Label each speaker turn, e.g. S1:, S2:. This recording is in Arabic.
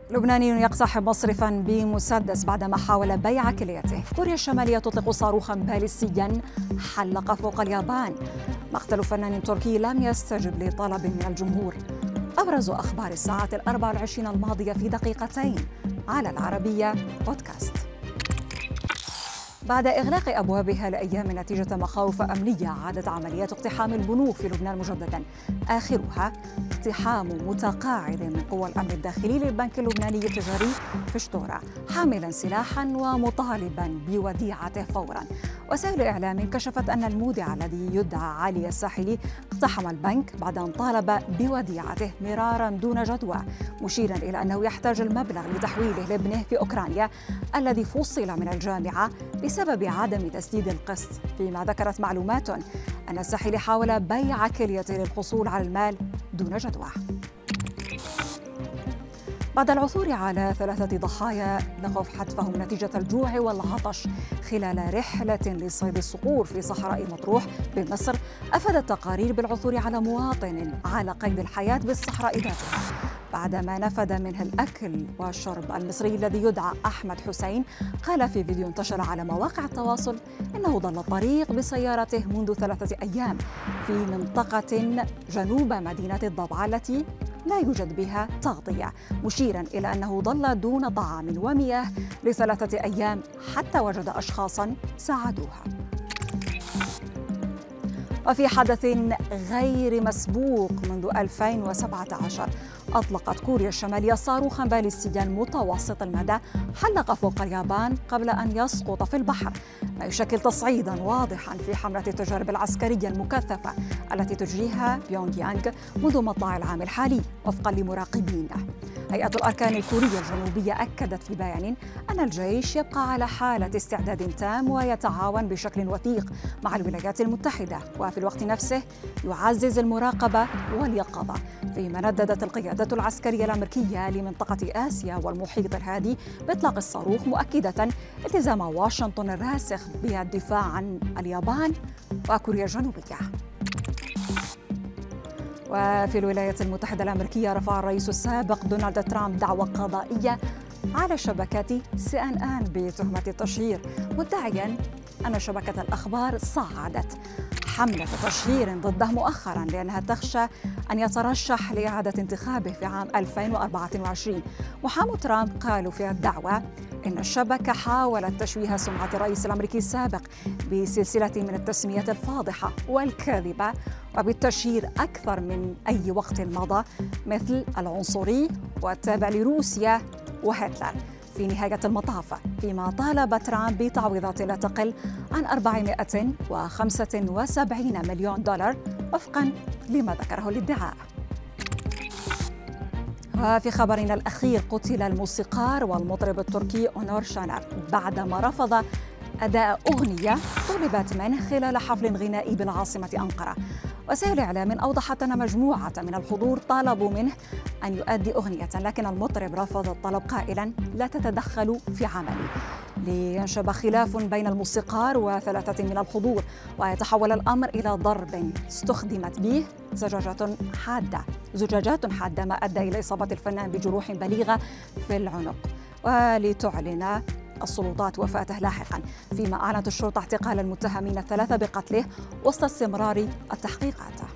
S1: لبناني يقتحم مصرفا بمسدس بعدما حاول بيع كليته. كوريا الشمالية تطلق صاروخا باليستيا حلق فوق اليابان. مقتل فنان تركي لم يستجب لطلب من الجمهور. أبرز أخبار الساعات 24 الماضية في دقيقتين على العربية بودكاست. بعد إغلاق أبوابها لأيام نتيجة مخاوف أمنية، عادت عمليات اقتحام البنوك في لبنان مجددا، آخرها اقتحام متقاعد من قوى الأمن الداخلي للبنك اللبناني التجاري في شطورة حاملا سلاحا ومطالبا بوديعته فورا. وسائل إعلام كشفت أن المودع الذي يدعى علي الساحلي اقتحم البنك بعد أن طالب بوديعته مرارا دون جدوى، مشيرا إلى أنه يحتاج المبلغ لتحويله لابنه في أوكرانيا الذي فصل من الجامعة بسبب عدم تسديد القسط. فيما ذكرت معلومات أن الساحلي حاول بيع كليته للحصول على المال دون جدوى. بعد العثور على 3 ضحايا لخوف حتفهم نتيجة الجوع والعطش خلال رحلة لصيد الصقور في صحراء مطروح بمصر، أفادت تقارير بالعثور على مواطن على قيد الحياة بالصحراء ذاتها بعدما نفد منها الأكل والشرب. المصري الذي يدعى أحمد حسين قال في فيديو انتشر على مواقع التواصل إنه ضل الطريق بسيارته منذ 3 أيام في منطقة جنوب مدينة الضبعة التي لا يوجد بها تغطية، مشيرا إلى أنه ضل دون طعام ومياه ل3 أيام حتى وجد أشخاصا ساعدوها. وفي حدث غير مسبوق منذ 2017 أطلقت كوريا الشمالية صاروخا باليستيا متوسط المدى حلق فوق اليابان قبل أن يسقط في البحر، ما يشكل تصعيدا واضحا في حملة التجارب العسكرية المكثفة التي تجريها بيونغ يانغ منذ مطلع العام الحالي وفقا لمراقبين. هيئة الأركان الكورية الجنوبية أكدت في بيان أن الجيش يبقى على حالة استعداد تام ويتعاون بشكل وثيق مع الولايات المتحدة، وفي الوقت نفسه يعزز المراقبة واليقظة. فيما نددت القيادة العسكرية الأمريكية لمنطقة آسيا والمحيط الهادي بإطلاق الصاروخ، مؤكدة التزام واشنطن الراسخ بالدفاع عن اليابان وكوريا الجنوبية. وفي الولايات المتحدة الأمريكية رفع الرئيس السابق دونالد ترامب دعوى قضائية على شبكة CNN بتهمة التشهير، مدعيا أن شبكة الأخبار صعدت حملة تشهير ضده مؤخرا لأنها تخشى أن يترشح لإعادة انتخابه في عام 2024. محامو ترامب قالوا في الدعوة إن الشبكة حاولت تشويه سمعة الرئيس الأمريكي السابق بسلسلة من التسميات الفاضحة والكاذبة وبالتشهير أكثر من أي وقت مضى مثل العنصري والتابع لروسيا وهتلر في نهاية المطاف، فيما طالب ترامب بتعويضات لا تقل عن 475 مليون دولار وفقا لما ذكره الادعاء. وفي خبرنا الأخير قتل الموسيقار والمطرب التركي أونور شانر بعدما رفض أداء أغنية طلبت منه خلال حفل غنائي بالعاصمة أنقرة. وسائل إعلام أوضحت أن مجموعة من الحضور طالبوا منه أن يؤدي أغنية، لكن المطرب رفض الطلب قائلا لا تتدخلوا في عملي، لينشب خلاف بين الموسيقار و3 من الحضور ويتحول الأمر إلى ضرب استخدمت به زجاجات حادة ما أدى إلى إصابة الفنان بجروح بليغة في العنق، ولتعلن السلطات وفاته لاحقا، فيما أعلنت الشرطة اعتقال المتهمين 3 بقتله وسط استمرار التحقيقات.